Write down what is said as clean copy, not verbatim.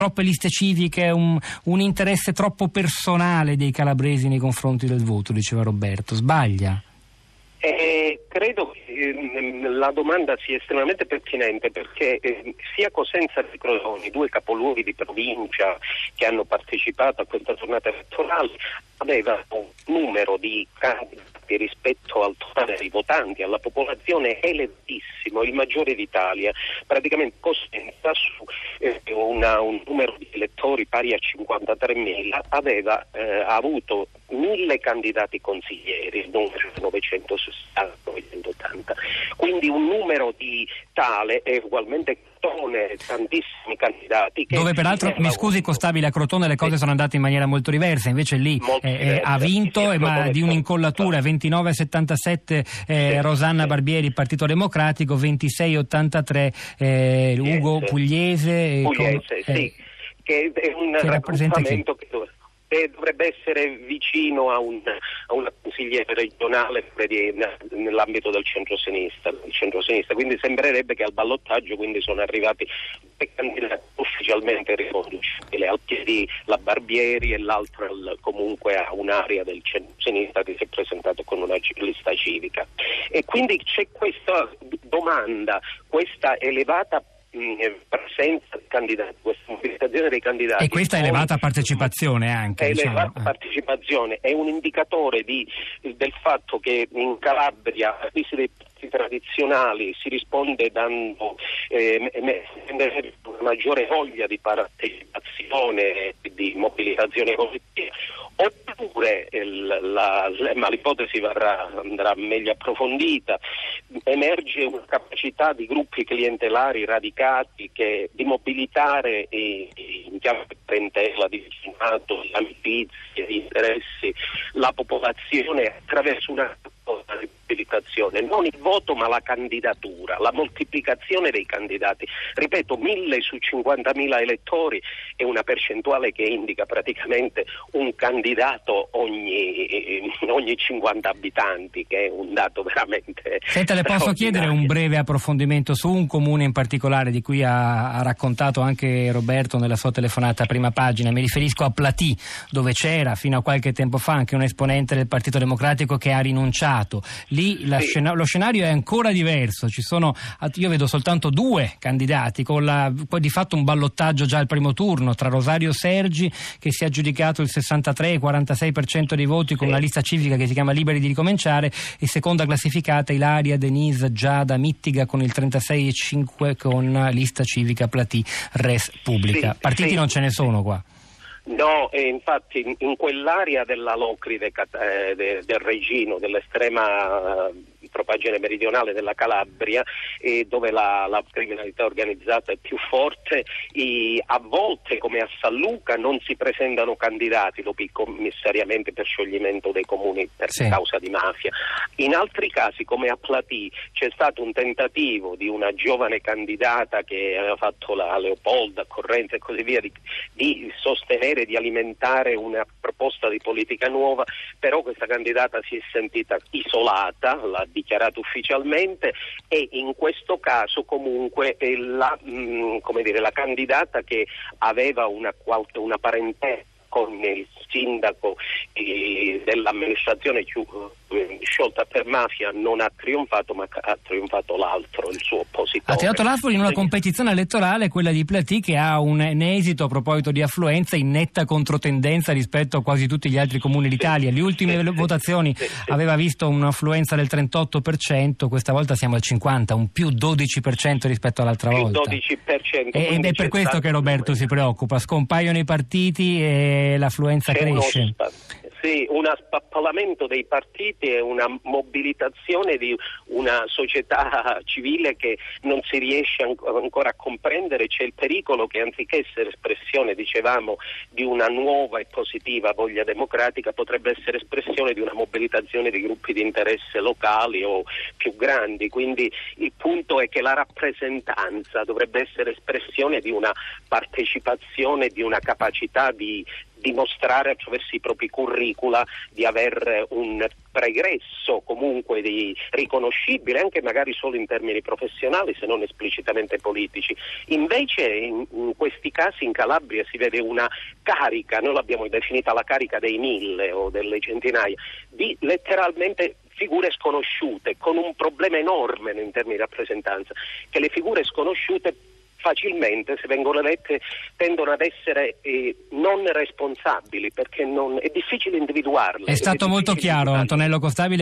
troppe liste civiche, un interesse troppo personale dei calabresi nei confronti del voto, diceva Roberto. Sbaglia? Credo che la domanda sia estremamente pertinente, perché sia Cosenza che Crotone, due capoluoghi di provincia che hanno partecipato a questa tornata elettorale, avevano un numero di candidati rispetto al totale dei votanti, alla popolazione elevatissimo, il maggiore d'Italia. Praticamente Cosenza, su un numero di elettori pari a 53.000, aveva avuto 1.000 candidati consiglieri, non 960, 980. Quindi un numero di tale e ugualmente Crotone, tantissimi candidati. Dove peraltro, mi scusi Costabile, a Crotone le cose sono andate in maniera molto diversa, invece lì ha vinto, ma di un'incollatura, 29-77 Rosanna Barbieri, Partito Democratico, 26-83 Ugo Pugliese. Sì, che è un raggruppamento che dovrebbe essere vicino a una consigliere regionale nell'ambito del centro-sinistra, quindi sembrerebbe che al ballottaggio quindi sono arrivati due candidati ufficialmente riconducibili, al piedi la Barbieri e l'altra comunque a un'area del centro-sinistra che si è presentato con una lista civica. E quindi c'è questa domanda, questa elevata presenza di candidati, questa mobilitazione dei candidati, e questa elevata partecipazione anche. Elevata partecipazione è un indicatore del fatto che in Calabria a crisi dei partiti tradizionali si risponde dando una maggiore voglia di partecipazione, di mobilitazione collettiva, oppure ma l'ipotesi andrà meglio approfondita, emerge una capacità di gruppi clientelari radicati di mobilitare in chiave di parentela, di vicinato, di amicizie, di interessi, la popolazione attraverso una mobilitazione, non il voto ma la candidatura, la moltiplicazione dei candidati. Ripeto, 1.000 su 50.000 elettori è una percentuale che indica praticamente un candidato ogni 50 abitanti, che è un dato veramente... Senta, le posso chiedere un breve approfondimento su un comune in particolare di cui ha raccontato anche Roberto nella sua telefonata a prima pagina? Mi riferisco a Platì, dove c'era fino a qualche tempo fa anche un esponente del Partito Democratico che ha rinunciato. Lì lo scenario è ancora diverso, io vedo soltanto due candidati con di fatto un ballottaggio già al primo turno tra Rosario Sergi, che si è aggiudicato il 63-46% dei voti con una lista civica che si chiama Liberi di Ricominciare, e seconda classificata Ilaria Denise Giada Mittiga con il 36,5% con lista civica Platì Res Pubblica. Partiti non ce ne sono qua. No, e infatti in quell'area della Locride, del Regino, dell'estrema propagine meridionale della Calabria, dove la criminalità organizzata è più forte, a volte come a San Luca non si presentano candidati dopo i commissariamenti per scioglimento dei comuni per causa di mafia. In altri casi come a Platì c'è stato un tentativo di una giovane candidata che aveva fatto la Leopolda, Correnza e così via di sostenere, di alimentare una proposta di politica nuova, però questa candidata si è sentita isolata, l'ha dichiarato ufficialmente, e in questo caso comunque la candidata che aveva una parentela con il sindaco dell'amministrazione sciolta per mafia non ha trionfato, ma ha trionfato l'altro, il suo oppositore. Ha tirato l'altro in una competizione elettorale, quella di Platì, che ha un esito, a proposito di affluenza, in netta controtendenza rispetto a quasi tutti gli altri comuni d'Italia. Le ultime votazioni aveva visto un'affluenza del 38%, questa volta siamo al 50%, un più 12% rispetto all'altra volta. 12%. Ed è per questo che Roberto si preoccupa, scompaiono i partiti e l'affluenza cresce. Sì, un spappolamento dei partiti e una mobilitazione di una società civile che non si riesce ancora a comprendere. C'è il pericolo che, anziché essere espressione, dicevamo, di una nuova e positiva voglia democratica, potrebbe essere espressione di una mobilitazione di gruppi di interesse locali o più grandi. Quindi il punto è che la rappresentanza dovrebbe essere espressione di una partecipazione, di una capacità di dimostrare attraverso i propri curricula di aver un pregresso comunque riconoscibile, anche magari solo in termini professionali, se non esplicitamente politici. Invece in questi casi in Calabria si vede una carica, noi l'abbiamo definita la carica dei 1000 o delle centinaia, di letteralmente figure sconosciute, con un problema enorme in termini di rappresentanza, che le figure sconosciute facilmente, se vengono elette, tendono ad essere non responsabili, perché è difficile individuarle. È stato molto chiaro, Antonello Costabile.